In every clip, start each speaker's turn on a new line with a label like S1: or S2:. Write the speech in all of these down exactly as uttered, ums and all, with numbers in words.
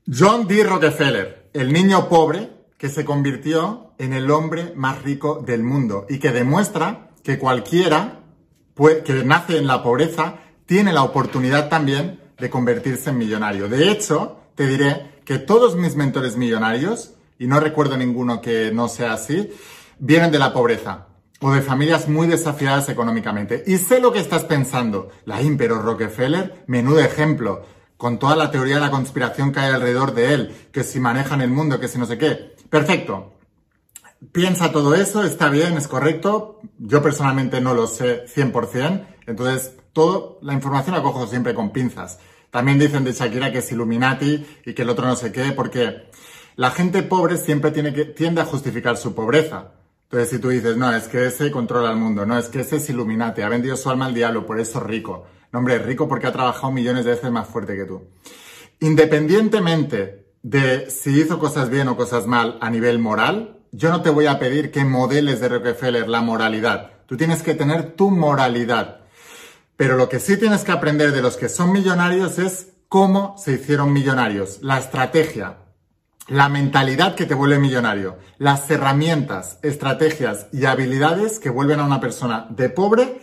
S1: John D. Rockefeller, el niño pobre que se convirtió en el hombre más rico del mundo y que demuestra que cualquiera que nace en la pobreza tiene la oportunidad también de convertirse en millonario. De hecho, te diré que todos mis mentores millonarios, y no recuerdo ninguno que no sea así, vienen de la pobreza o de familias muy desafiadas económicamente. Y sé lo que estás pensando. La pero Rockefeller, menudo ejemplo, con toda la teoría de la conspiración que hay alrededor de él, que si manejan el mundo, que si no sé qué. Perfecto. Piensa todo eso, está bien, es correcto. Yo personalmente no lo sé cien por cien. Entonces, toda la información la cojo siempre con pinzas. También dicen de Shakira que es Illuminati y que el otro no sé qué, porque la gente pobre siempre tiene que, tiende a justificar su pobreza. Entonces, si tú dices, no, es que ese controla el mundo, no, es que ese es Illuminati, ha vendido su alma al diablo, por eso es rico. No, hombre, es rico porque ha trabajado millones de veces más fuerte que tú. Independientemente de si hizo cosas bien o cosas mal a nivel moral, yo no te voy a pedir que modeles de Rockefeller la moralidad. Tú tienes que tener tu moralidad. Pero lo que sí tienes que aprender de los que son millonarios es cómo se hicieron millonarios, la estrategia, la mentalidad que te vuelve millonario, las herramientas, estrategias y habilidades que vuelven a una persona de pobre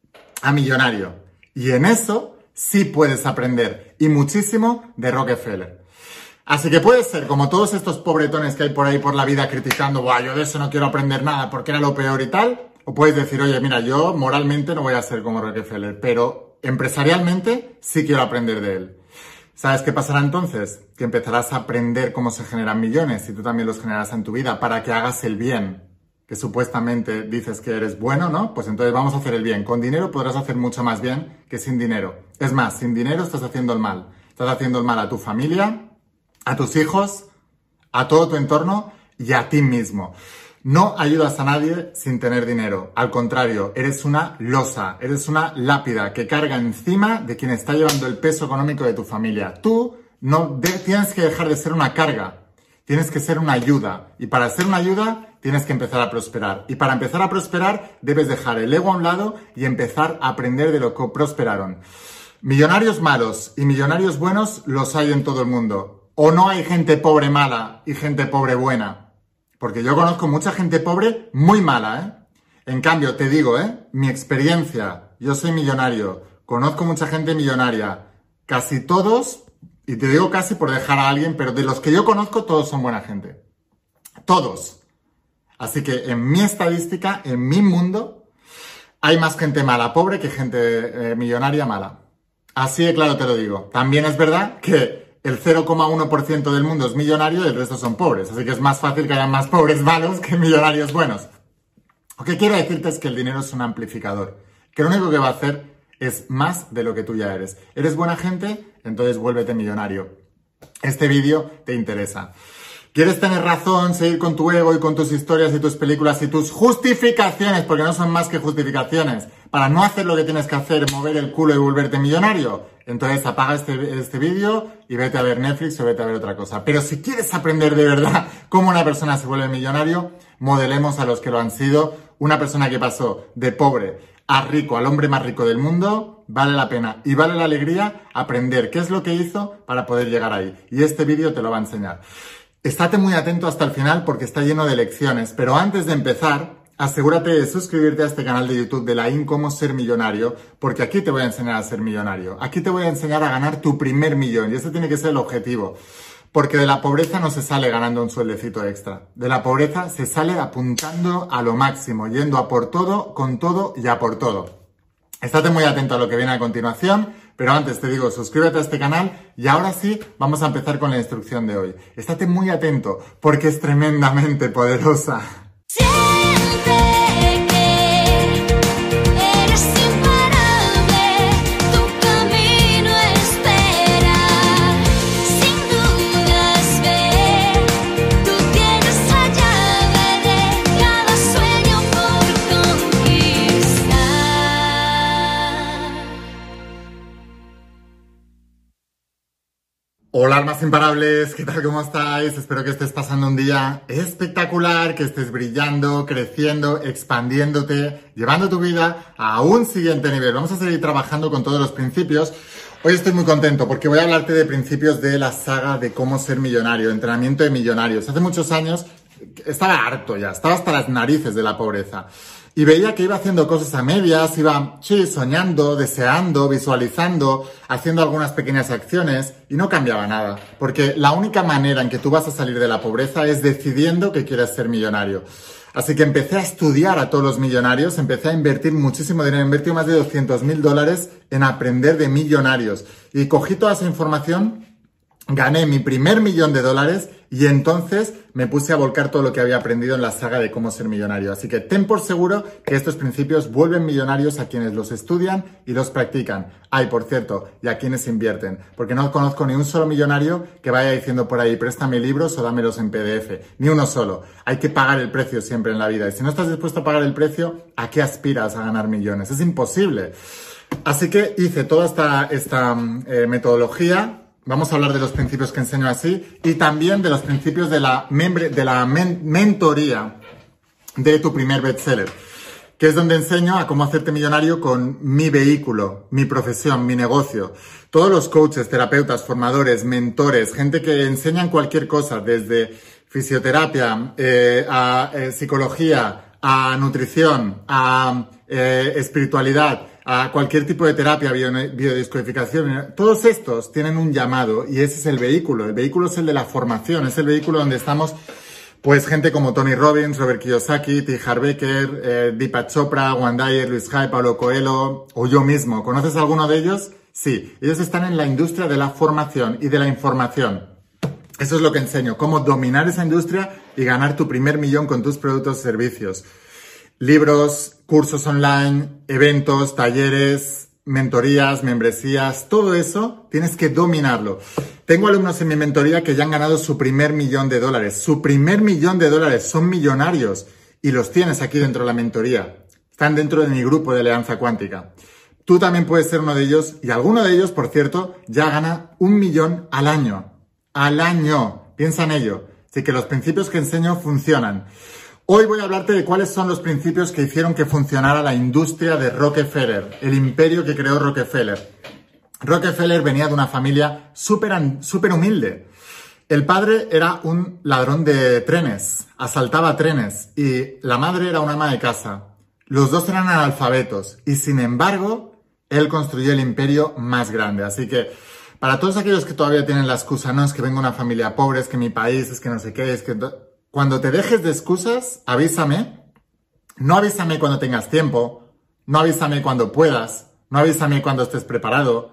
S1: a millonario. Y en eso sí puedes aprender, y muchísimo, de Rockefeller. Así que puede ser, como todos estos pobretones que hay por ahí por la vida criticando, buah, yo de eso no quiero aprender nada porque era lo peor y tal, o puedes decir, oye, mira, yo moralmente no voy a ser como Rockefeller, pero empresarialmente sí quiero aprender de él. ¿Sabes qué pasará entonces? Que empezarás a aprender cómo se generan millones y tú también los generarás en tu vida para que hagas el bien, que supuestamente dices que eres bueno, ¿no? Pues entonces vamos a hacer el bien. Con dinero podrás hacer mucho más bien que sin dinero. Es más, sin dinero estás haciendo el mal. Estás haciendo el mal a tu familia, a tus hijos, a todo tu entorno y a ti mismo. No ayudas a nadie sin tener dinero. Al contrario, eres una losa, eres una lápida que carga encima de quien está llevando el peso económico de tu familia. Tú no de- tienes que dejar de ser una carga, tienes que ser una ayuda. Y para ser una ayuda tienes que empezar a prosperar. Y para empezar a prosperar debes dejar el ego a un lado y empezar a aprender de lo que prosperaron. Millonarios malos y millonarios buenos los hay en todo el mundo. O no hay gente pobre mala y gente pobre buena. Porque yo conozco mucha gente pobre muy mala, ¿eh? En cambio, te digo, ¿eh? Mi experiencia, yo soy millonario, conozco mucha gente millonaria, casi todos, y te digo casi por dejar a alguien, pero de los que yo conozco, todos son buena gente. Todos. Así que en mi estadística, en mi mundo, hay más gente mala pobre que gente eh, millonaria mala. Así de claro te lo digo. También es verdad que el cero coma uno por ciento del mundo es millonario y el resto son pobres. Así que es más fácil que haya más pobres malos que millonarios buenos. Lo que quiero decirte es que el dinero es un amplificador. Que lo único que va a hacer es más de lo que tú ya eres. ¿Eres buena gente? Entonces vuélvete millonario. Este vídeo te interesa. ¿Quieres tener razón, seguir con tu ego y con tus historias y tus películas y tus justificaciones, porque no son más que justificaciones, para no hacer lo que tienes que hacer, mover el culo y volverte millonario? Entonces apaga este, este vídeo y vete a ver Netflix o vete a ver otra cosa. Pero si quieres aprender de verdad cómo una persona se vuelve millonario, modelemos a los que lo han sido. Una persona que pasó de pobre a rico, al hombre más rico del mundo, vale la pena y vale la alegría aprender qué es lo que hizo para poder llegar ahí. Y este vídeo te lo va a enseñar. Estate muy atento hasta el final porque está lleno de lecciones, pero antes de empezar, asegúrate de suscribirte a este canal de YouTube de Laín Cómo Ser Millonario, porque aquí te voy a enseñar a ser millonario. Aquí te voy a enseñar a ganar tu primer millón y ese tiene que ser el objetivo, porque de la pobreza no se sale ganando un sueldecito extra. De la pobreza se sale apuntando a lo máximo, yendo a por todo, con todo y a por todo. Estate muy atento a lo que viene a continuación, pero antes te digo, suscríbete a este canal y ahora sí, vamos a empezar con la instrucción de hoy. Estate muy atento porque es tremendamente poderosa. Hola almas imparables, ¿qué tal? ¿Cómo estáis? Espero que estés pasando un día espectacular, que estés brillando, creciendo, expandiéndote, llevando tu vida a un siguiente nivel. Vamos a seguir trabajando con todos los principios. Hoy estoy muy contento porque voy a hablarte de principios de la saga de cómo ser millonario, entrenamiento de millonarios. Hace muchos años estaba harto ya, estaba hasta las narices de la pobreza. Y veía que iba haciendo cosas a medias, iba, sí, soñando, deseando, visualizando, haciendo algunas pequeñas acciones y no cambiaba nada. Porque la única manera en que tú vas a salir de la pobreza es decidiendo que quieres ser millonario. Así que empecé a estudiar a todos los millonarios, empecé a invertir muchísimo dinero, invertí más de doscientos mil dólares en aprender de millonarios. Y cogí toda esa información, gané mi primer millón de dólares y entonces me puse a volcar todo lo que había aprendido en la saga de cómo ser millonario. Así que ten por seguro que estos principios vuelven millonarios a quienes los estudian y los practican. Ay, por cierto, y a quienes invierten. Porque no conozco ni un solo millonario que vaya diciendo por ahí, préstame libros o dámelos en P D F. Ni uno solo. Hay que pagar el precio siempre en la vida. Y si no estás dispuesto a pagar el precio, ¿a qué aspiras a ganar millones? Es imposible. Así que hice toda esta, esta eh, metodología. Vamos a hablar de los principios que enseño así y también de los principios de la, de la men mentoría de tu primer bestseller, que es donde enseño a cómo hacerte millonario con mi vehículo, mi profesión, mi negocio. Todos los coaches, terapeutas, formadores, mentores, gente que enseñan cualquier cosa, desde fisioterapia, eh, a eh, psicología, a nutrición, a eh, espiritualidad, a cualquier tipo de terapia, bio, biodescodificación, todos estos tienen un llamado y ese es el vehículo. El vehículo es el de la formación, es el vehículo donde estamos, pues, gente como Tony Robbins, Robert Kiyosaki, T. Harv Eker, eh, Deepak Chopra, Wayne Dyer, Luis Hay, Paulo Coelho o yo mismo. ¿Conoces alguno de ellos? Sí, ellos están en la industria de la formación y de la información. Eso es lo que enseño, cómo dominar esa industria y ganar tu primer millón con tus productos y servicios. Libros, cursos online, eventos, talleres, mentorías, membresías, todo eso tienes que dominarlo. Tengo alumnos en mi mentoría que ya han ganado su primer millón de dólares. Su primer millón de dólares, son millonarios y los tienes aquí dentro de la mentoría. Están dentro de mi grupo de Alianza Cuántica. Tú también puedes ser uno de ellos y alguno de ellos, por cierto, ya gana un millón al año. Al año. Piensa en ello. Así que los principios que enseño funcionan. Hoy voy a hablarte de cuáles son los principios que hicieron que funcionara la industria de Rockefeller, el imperio que creó Rockefeller. Rockefeller venía de una familia súper súper humilde. El padre era un ladrón de trenes, asaltaba trenes y la madre era una ama de casa. Los dos eran analfabetos y sin embargo, él construyó el imperio más grande. Así que para todos aquellos que todavía tienen la excusa, no es que vengo de una familia pobre, es que mi país, es que no sé qué, es que... Cuando te dejes de excusas, avísame. No avísame cuando tengas tiempo. No avísame cuando puedas. No avísame cuando estés preparado.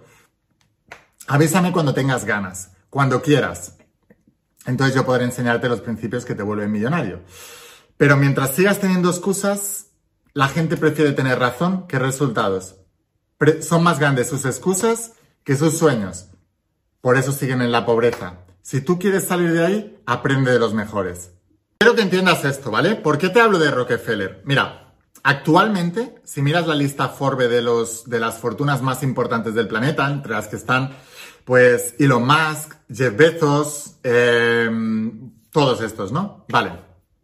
S1: Avísame cuando tengas ganas. Cuando quieras. Entonces yo podré enseñarte los principios que te vuelven millonario. Pero mientras sigas teniendo excusas, la gente prefiere tener razón que resultados. Pre- son más grandes sus excusas que sus sueños. Por eso siguen en la pobreza. Si tú quieres salir de ahí, aprende de los mejores. Quiero que entiendas esto, ¿vale? ¿Por qué te hablo de Rockefeller? Mira, actualmente, si miras la lista Forbes de, los, de las fortunas más importantes del planeta, entre las que están, pues, Elon Musk, Jeff Bezos, eh, todos estos, ¿no? Vale.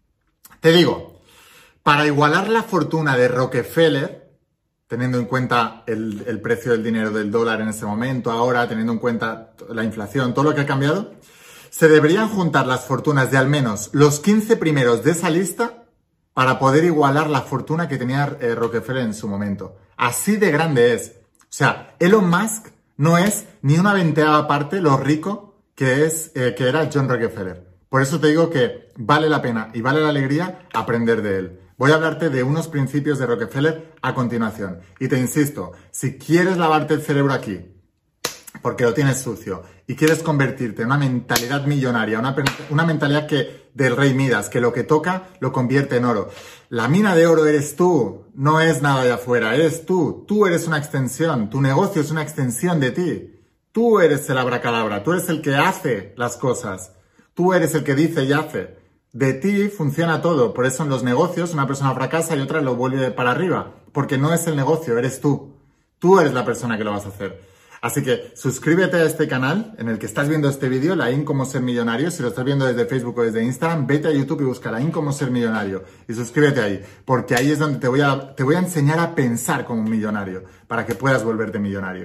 S1: Te digo, para igualar la fortuna de Rockefeller, teniendo en cuenta el, el precio del dinero del dólar en ese momento, ahora, teniendo en cuenta la inflación, todo lo que ha cambiado, se deberían juntar las fortunas de al menos los quince primeros de esa lista para poder igualar la fortuna que tenía eh, Rockefeller en su momento. Así de grande es. O sea, Elon Musk no es ni una veinteava parte lo rico que, es, eh, que era John Rockefeller. Por eso te digo que vale la pena y vale la alegría aprender de él. Voy a hablarte de unos principios de Rockefeller a continuación. Y te insisto, si quieres lavarte el cerebro aquí, porque lo tienes sucio y quieres convertirte en una mentalidad millonaria, una, una mentalidad que del rey Midas, que lo que toca lo convierte en oro. La mina de oro eres tú, no es nada de afuera, eres tú. Tú eres una extensión, tu negocio es una extensión de ti. Tú eres el abracadabra, tú eres el que hace las cosas. Tú eres el que dice y hace. De ti funciona todo, por eso en los negocios una persona fracasa y otra lo vuelve para arriba, porque no es el negocio, eres tú. Tú eres la persona que lo vas a hacer. Así que suscríbete a este canal en el que estás viendo este vídeo, la I N Cómo Ser Millonario. Si lo estás viendo desde Facebook o desde Instagram, vete a YouTube y busca la I N Cómo Ser Millonario y suscríbete ahí, porque ahí es donde te voy a, te voy a enseñar a pensar como un millonario para que puedas volverte millonario.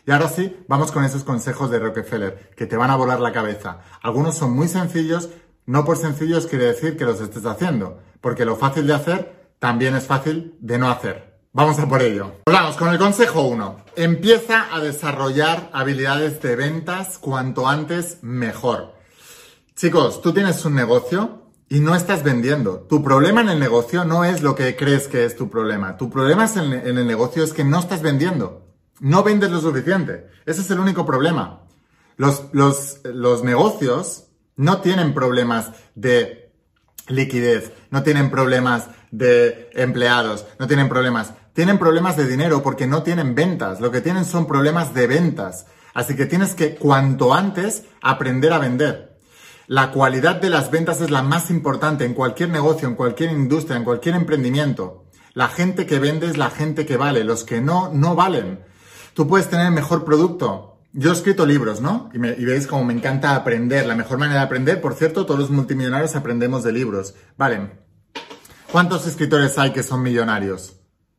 S1: Y ahora sí, vamos con esos consejos de Rockefeller, que te van a volar la cabeza. Algunos son muy sencillos, no por sencillos quiere decir que los estés haciendo, porque lo fácil de hacer también es fácil de no hacer. Vamos a por ello. Vamos con el consejo uno. Empieza a desarrollar habilidades de ventas cuanto antes mejor. Chicos, tú tienes un negocio y no estás vendiendo. Tu problema en el negocio no es lo que crees que es tu problema. Tu problema en el negocio es que no estás vendiendo. No vendes lo suficiente. Ese es el único problema. Los, los, los negocios no tienen problemas de liquidez, no tienen problemas de empleados, no tienen problemas. Tienen problemas de dinero porque no tienen ventas. Lo que tienen son problemas de ventas. Así que tienes que, cuanto antes, aprender a vender. La cualidad de las ventas es la más importante en cualquier negocio, en cualquier industria, en cualquier emprendimiento. La gente que vende es la gente que vale. Los que no, no valen. Tú puedes tener el mejor producto. Yo he escrito libros, ¿no? Y, me, y veis cómo me encanta aprender. La mejor manera de aprender, por cierto, todos los multimillonarios aprendemos de libros. Vale. ¿Cuántos escritores hay que son millonarios?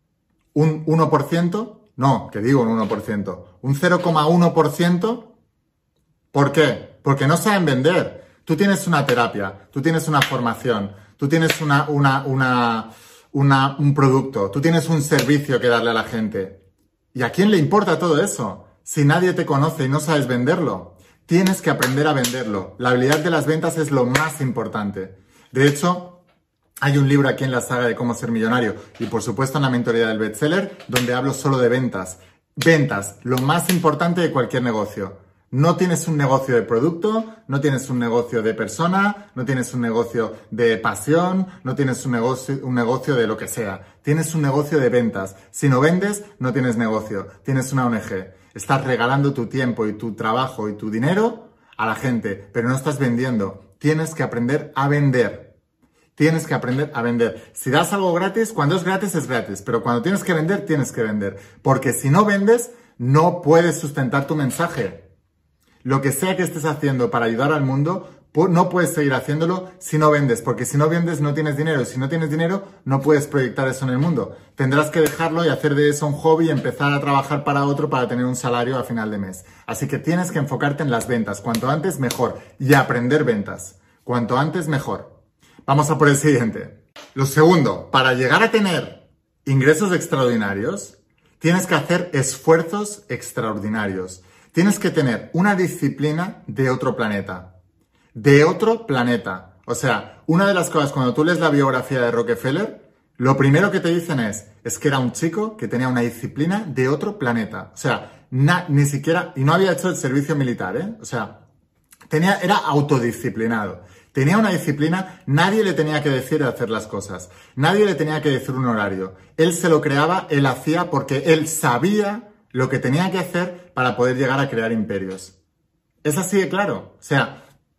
S1: ¿Un uno por ciento? No, que digo un uno por ciento. ¿Un cero coma uno por ciento? ¿Por qué? Porque no saben vender. Tú tienes una terapia, tú tienes una formación, tú tienes una, una, una, una, un producto, tú tienes un servicio que darle a la gente. ¿Y a quién le importa todo eso? Si nadie te conoce y no sabes venderlo. Tienes que aprender a venderlo. La habilidad de las ventas es lo más importante. De hecho, hay un libro aquí en la saga de cómo ser millonario y por supuesto en la mentoría del bestseller donde hablo solo de ventas. Ventas, lo más importante de cualquier negocio. No tienes un negocio de producto, no tienes un negocio de persona, no tienes un negocio de pasión, no tienes un negocio, un negocio de lo que sea. Tienes un negocio de ventas. Si no vendes, no tienes negocio. Tienes una O N G. Estás regalando tu tiempo y tu trabajo y tu dinero a la gente, pero no estás vendiendo. Tienes que aprender a vender. Tienes que aprender a vender. Si das algo gratis, cuando es gratis es gratis, pero cuando tienes que vender, tienes que vender. Porque si no vendes, no puedes sustentar tu mensaje. Lo que sea que estés haciendo para ayudar al mundo, no puedes seguir haciéndolo si no vendes, porque si no vendes no tienes dinero, y si no tienes dinero no puedes proyectar eso en el mundo. Tendrás que dejarlo y hacer de eso un hobby y empezar a trabajar para otro para tener un salario a final de mes. Así que tienes que enfocarte en las ventas, cuanto antes mejor, y aprender ventas, cuanto antes mejor. Vamos a por el siguiente. Lo segundo, para llegar a tener ingresos extraordinarios, tienes que hacer esfuerzos extraordinarios. Tienes que tener una disciplina de otro planeta. De otro planeta. O sea, una de las cosas cuando tú lees la biografía de Rockefeller, lo primero que te dicen es, es que era un chico que tenía una disciplina de otro planeta. O sea, na, ni siquiera, y no había hecho el servicio militar, ¿eh? O sea, tenía, era autodisciplinado. Tenía una disciplina, nadie le tenía que decir hacer las cosas. Nadie le tenía que decir un horario. Él se lo creaba, él hacía porque él sabía lo que tenía que hacer para poder llegar a crear imperios. Es así de claro. O sea,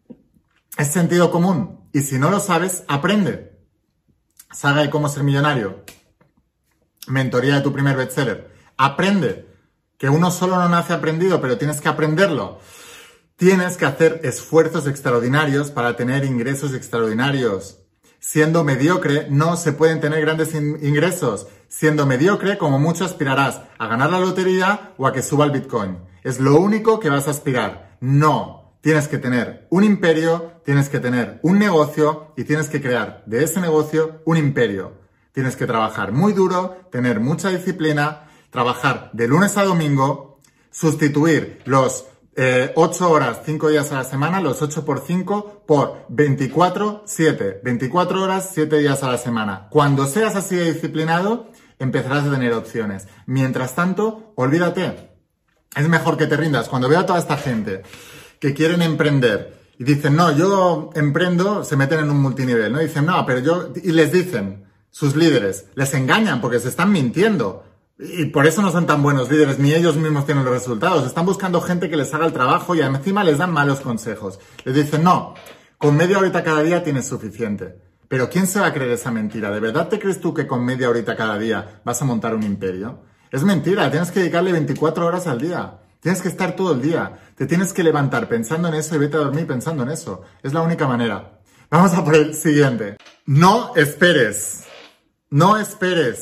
S1: es sentido común. Y si no lo sabes, aprende. Saga de cómo ser millonario. Mentoría de tu primer bestseller. Aprende. Que uno solo no nace aprendido, pero tienes que aprenderlo. Tienes que hacer esfuerzos extraordinarios para tener ingresos extraordinarios. Siendo mediocre, no se pueden tener grandes in- ingresos. Siendo mediocre, como mucho aspirarás a ganar la lotería o a que suba el Bitcoin. Es lo único que vas a aspirar. No. Tienes que tener un imperio, tienes que tener un negocio y tienes que crear de ese negocio un imperio. Tienes que trabajar muy duro, tener mucha disciplina, trabajar de lunes a domingo, sustituir los Eh, ocho horas, cinco días a la semana, los ocho por cinco por veinticuatro, siete. veinticuatro horas, siete días a la semana. Cuando seas así de disciplinado, empezarás a tener opciones. Mientras tanto, olvídate. Es mejor que te rindas. Cuando veo a toda esta gente que quieren emprender y dicen, no, yo emprendo, se meten en un multinivel, ¿no? Dicen, no, pero yo... Y les dicen, sus líderes, les engañan porque se están mintiendo. Y por eso no son tan buenos líderes, ni ellos mismos tienen los resultados. Están buscando gente que les haga el trabajo y encima les dan malos consejos. Les dicen, no, con media horita cada día tienes suficiente. Pero ¿quién se va a creer esa mentira? ¿De verdad te crees tú que con media horita cada día vas a montar un imperio? Es mentira, tienes que dedicarle veinticuatro horas al día. Tienes que estar todo el día. Te tienes que levantar pensando en eso y vete a dormir pensando en eso. Es la única manera. Vamos a por el siguiente. No esperes. No esperes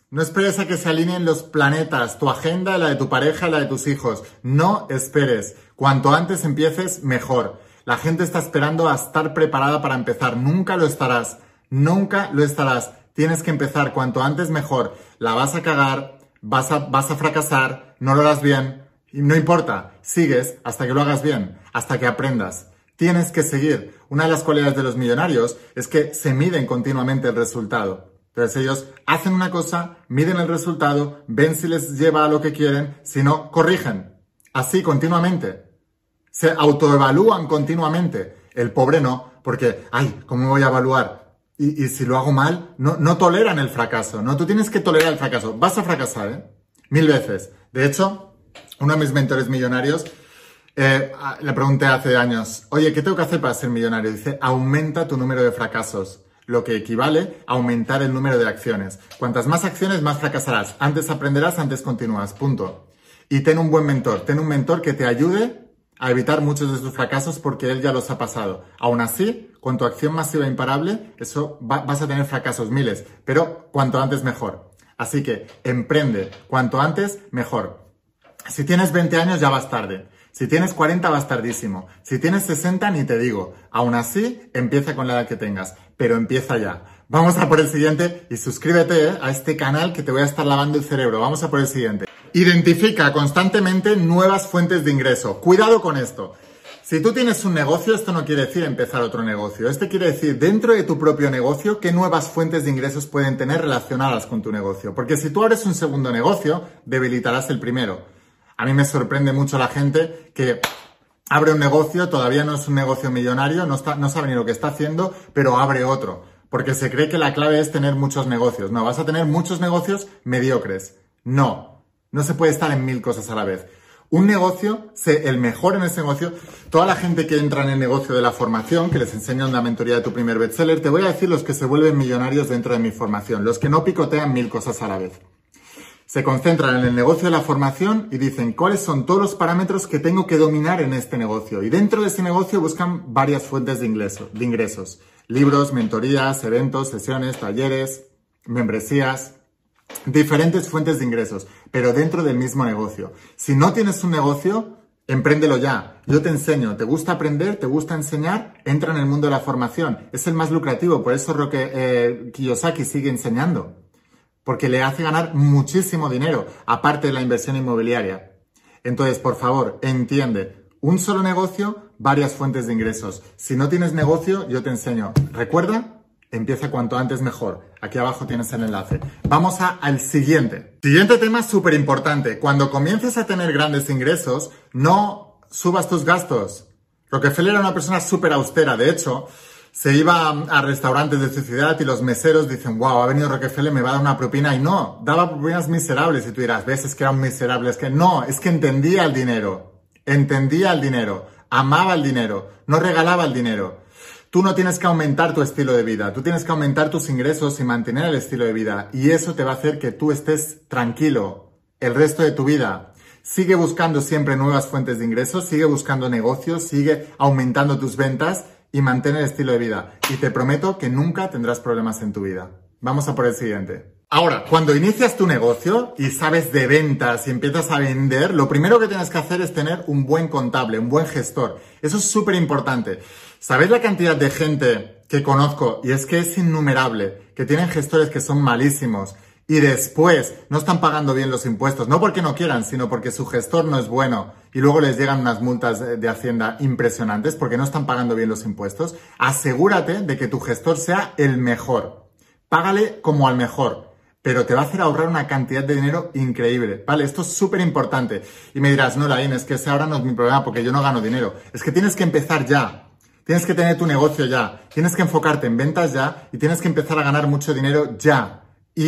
S1: No esperes a que se alineen los planetas, tu agenda, la de tu pareja, la de tus hijos. No esperes. Cuanto antes empieces, mejor. La gente está esperando a estar preparada para empezar. Nunca lo estarás. Nunca lo estarás. Tienes que empezar cuanto antes, mejor. La vas a cagar, vas a, vas a fracasar, no lo harás bien. Y no importa. Sigues hasta que lo hagas bien, hasta que aprendas. Tienes que seguir. Una de las cualidades de los millonarios es que se miden continuamente el resultado. Entonces ellos hacen una cosa, miden el resultado, ven si les lleva a lo que quieren, si no, corrigen. Así continuamente. Se autoevalúan continuamente. El pobre no, porque, ay, ¿cómo me voy a evaluar? Y, y si lo hago mal, no, no toleran el fracaso. No, tú tienes que tolerar el fracaso. Vas a fracasar, ¿eh? Mil veces. De hecho, uno de mis mentores millonarios, eh, le pregunté hace años, oye, ¿qué tengo que hacer para ser millonario? Dice, aumenta tu número de fracasos. Lo que equivale a aumentar el número de acciones. Cuantas más acciones, más fracasarás. Antes aprenderás, antes continúas. Punto. Y ten un buen mentor. Ten un mentor que te ayude a evitar muchos de sus fracasos porque él ya los ha pasado. Aún así, con tu acción masiva e imparable, eso va, vas a tener fracasos miles. Pero cuanto antes, mejor. Así que emprende. Cuanto antes, mejor. Si tienes veinte años, ya vas tarde. Si tienes cuarenta, vas tardísimo. Si tienes sesenta, ni te digo. Aún así, empieza con la edad que tengas. Pero empieza ya. Vamos a por el siguiente y suscríbete ¿eh? a este canal que te voy a estar lavando el cerebro. Vamos a por el siguiente. Identifica constantemente nuevas fuentes de ingreso. Cuidado con esto. Si tú tienes un negocio, esto no quiere decir empezar otro negocio. Esto quiere decir, dentro de tu propio negocio, qué nuevas fuentes de ingresos pueden tener relacionadas con tu negocio. Porque si tú abres un segundo negocio, debilitarás el primero. A mí me sorprende mucho la gente que abre un negocio, todavía no es un negocio millonario, no, está, no sabe ni lo que está haciendo, pero abre otro. Porque se cree que la clave es tener muchos negocios. No, vas a tener muchos negocios mediocres. No, no se puede estar en mil cosas a la vez. Un negocio, sé el mejor en ese negocio. Toda la gente que entra en el negocio de la formación, que les enseño en la mentoría de tu primer bestseller, te voy a decir los que se vuelven millonarios dentro de mi formación, los que no picotean mil cosas a la vez. Se concentran en el negocio de la formación y dicen cuáles son todos los parámetros que tengo que dominar en este negocio. Y dentro de ese negocio buscan varias fuentes de, ingreso, de ingresos. Libros, mentorías, eventos, sesiones, talleres, membresías, diferentes fuentes de ingresos, pero dentro del mismo negocio. Si no tienes un negocio, empréndelo ya. Yo te enseño. ¿Te gusta aprender? ¿Te gusta enseñar? Entra en el mundo de la formación. Es el más lucrativo, por eso Roque, eh, Kiyosaki sigue enseñando. Porque le hace ganar muchísimo dinero, aparte de la inversión inmobiliaria. Entonces, por favor, entiende. Un solo negocio, varias fuentes de ingresos. Si no tienes negocio, yo te enseño. Recuerda, empieza cuanto antes mejor. Aquí abajo tienes el enlace. Vamos a, al siguiente. Siguiente tema súper importante. Cuando comiences a tener grandes ingresos, no subas tus gastos. Rockefeller era una persona súper austera. De hecho, se iba a restaurantes de su ciudad y los meseros dicen, wow, ha venido Rockefeller, me va a dar una propina. Y no, daba propinas miserables. Y tú dirás, ves, es que eran miserables. Que no, es que entendía el dinero. Entendía el dinero. Amaba el dinero. No regalaba el dinero. Tú no tienes que aumentar tu estilo de vida. Tú tienes que aumentar tus ingresos y mantener el estilo de vida. Y eso te va a hacer que tú estés tranquilo el resto de tu vida. Sigue buscando siempre nuevas fuentes de ingresos. Sigue buscando negocios. Sigue aumentando tus ventas. Y mantén el estilo de vida. Y te prometo que nunca tendrás problemas en tu vida. Vamos a por el siguiente. Ahora, cuando inicias tu negocio y sabes de ventas y empiezas a vender, lo primero que tienes que hacer es tener un buen contable, un buen gestor. Eso es súper importante. ¿Sabéis la cantidad de gente que conozco? Y es que es innumerable, que tienen gestores que son malísimos y después no están pagando bien los impuestos. No porque no quieran, sino porque su gestor no es bueno. Y luego les llegan unas multas de Hacienda impresionantes porque no están pagando bien los impuestos. Asegúrate de que tu gestor sea el mejor. Págale como al mejor, pero te va a hacer ahorrar una cantidad de dinero increíble. Vale, esto es súper importante. Y me dirás, no, Laín, es que ese ahora no es mi problema porque yo no gano dinero. Es que tienes que empezar ya. Tienes que tener tu negocio ya. Tienes que enfocarte en ventas ya y tienes que empezar a ganar mucho dinero ya.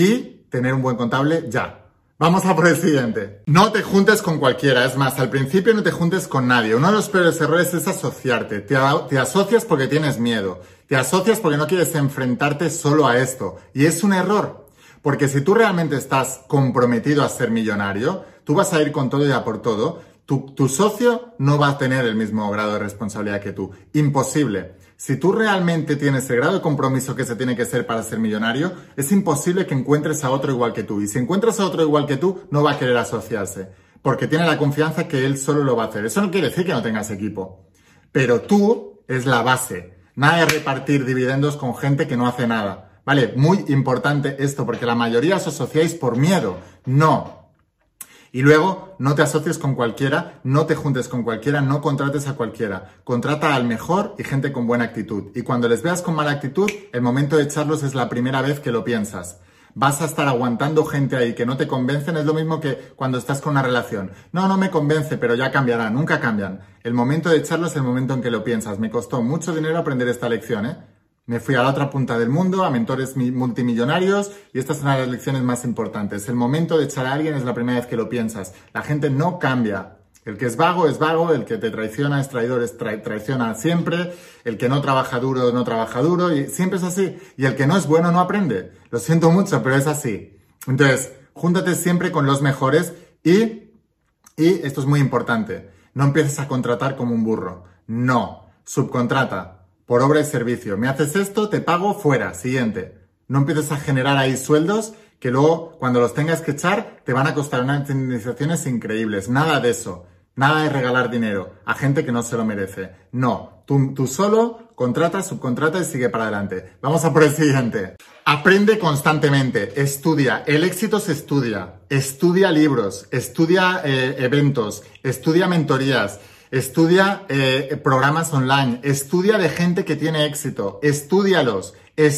S1: Y tener un buen contable ya. Vamos a por el siguiente. No te juntes con cualquiera. Es más, al principio no te juntes con nadie. Uno de los peores errores es asociarte. Te, te asocias porque tienes miedo. Te asocias porque no quieres enfrentarte solo a esto. Y es un error. Porque si tú realmente estás comprometido a ser millonario, tú vas a ir con todo y a por todo. Tu, tu socio no va a tener el mismo grado de responsabilidad que tú. Imposible. Si tú realmente tienes el grado de compromiso que se tiene que ser para ser millonario, es imposible que encuentres a otro igual que tú. Y si encuentras a otro igual que tú, no va a querer asociarse, porque tiene la confianza que él solo lo va a hacer. Eso no quiere decir que no tengas equipo, pero tú es la base. Nada de repartir dividendos con gente que no hace nada. Vale, muy importante esto, porque la mayoría os asociáis por miedo. No. Y luego, no te asocies con cualquiera, no te juntes con cualquiera, no contrates a cualquiera. Contrata al mejor y gente con buena actitud. Y cuando les veas con mala actitud, el momento de echarlos es la primera vez que lo piensas. Vas a estar aguantando gente ahí que no te convencen, es lo mismo que cuando estás con una relación. No, no me convence, pero ya cambiará, nunca cambian. El momento de echarlos es el momento en que lo piensas. Me costó mucho dinero aprender esta lección, ¿eh? Me fui a la otra punta del mundo, a mentores multimillonarios, y esta es una de las lecciones más importantes. El momento de echar a alguien es la primera vez que lo piensas. La gente no cambia. El que es vago es vago, el que te traiciona es traidor, es tra traiciona siempre, el que no trabaja duro no trabaja duro, y siempre es así. Y el que no es bueno no aprende. Lo siento mucho, pero es así. Entonces, júntate siempre con los mejores y, y esto es muy importante, no empieces a contratar como un burro. No, subcontrata. Por obra y servicio. Me haces esto, te pago, fuera. Siguiente. No empieces a generar ahí sueldos que luego, cuando los tengas que echar, te van a costar unas indemnizaciones increíbles. Nada de eso. Nada de regalar dinero a gente que no se lo merece. No. Tú, tú solo contrata, subcontrata y sigue para adelante. Vamos a por el siguiente. Aprende constantemente. Estudia. El éxito se estudia. Estudia libros. Estudia eh, eventos. Estudia mentorías. Estudia eh, programas online, estudia de gente que tiene éxito, estúdialos,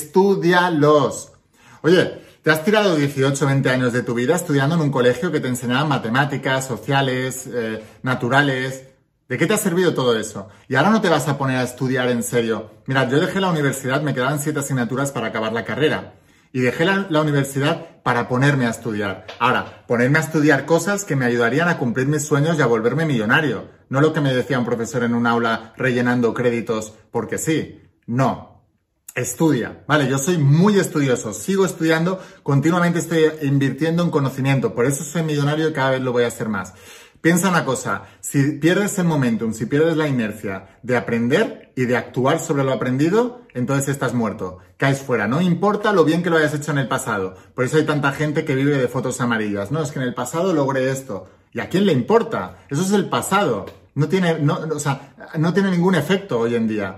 S1: estúdialos. Oye, te has tirado dieciocho, veinte años de tu vida estudiando en un colegio que te enseñaba matemáticas, sociales, eh, naturales. ¿De qué te ha servido todo eso? Y ahora no te vas a poner a estudiar en serio. Mirad, yo dejé la universidad, me quedaban siete asignaturas para acabar la carrera. Y dejé la, la universidad para ponerme a estudiar. Ahora, ponerme a estudiar cosas que me ayudarían a cumplir mis sueños y a volverme millonario. No lo que me decía un profesor en un aula rellenando créditos porque sí. No. Estudia. Vale, yo soy muy estudioso. Sigo estudiando. Continuamente estoy invirtiendo en conocimiento. Por eso soy millonario y cada vez lo voy a hacer más. Piensa una cosa, si pierdes el momentum, si pierdes la inercia de aprender y de actuar sobre lo aprendido, entonces estás muerto, caes fuera. No importa lo bien que lo hayas hecho en el pasado. Por eso hay tanta gente que vive de fotos amarillas. No, es que en el pasado logré esto. ¿Y a quién le importa? Eso es el pasado. No tiene, no, o sea, no tiene ningún efecto hoy en día.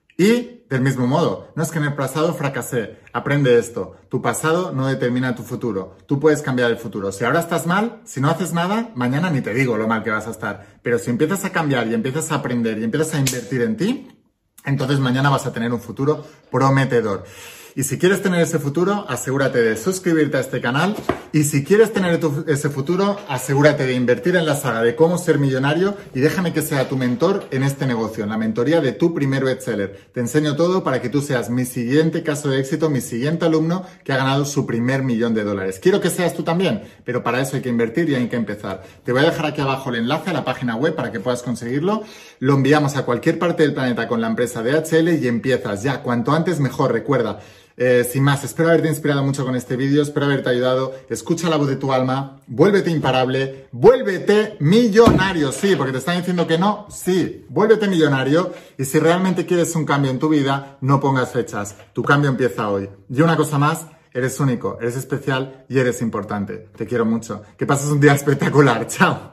S1: Y, del mismo modo, no es que en el pasado fracasé. Aprende esto. Tu pasado no determina tu futuro. Tú puedes cambiar el futuro. Si ahora estás mal, si no haces nada, mañana ni te digo lo mal que vas a estar. Pero si empiezas a cambiar y empiezas a aprender y empiezas a invertir en ti, entonces mañana vas a tener un futuro prometedor. Y si quieres tener ese futuro, asegúrate de suscribirte a este canal. Y si quieres tener tu, ese futuro, asegúrate de invertir en la saga de cómo ser millonario y déjame que sea tu mentor en este negocio, en la mentoría de tu primer bestseller. Te enseño todo para que tú seas mi siguiente caso de éxito, mi siguiente alumno que ha ganado su primer millón de dólares. Quiero que seas tú también, pero para eso hay que invertir y hay que empezar. Te voy a dejar aquí abajo el enlace a la página web para que puedas conseguirlo. Lo enviamos a cualquier parte del planeta con la empresa D H L y empiezas ya. Cuanto antes mejor, recuerda. Eh, sin más, espero haberte inspirado mucho con este vídeo, espero haberte ayudado. Escucha la voz de tu alma, vuélvete imparable, vuélvete millonario, sí, porque te están diciendo que no, sí, vuélvete millonario. Y si realmente quieres un cambio en tu vida, no pongas fechas, tu cambio empieza hoy. Y una cosa más, eres único, eres especial y eres importante. Te quiero mucho, que pases un día espectacular, chao.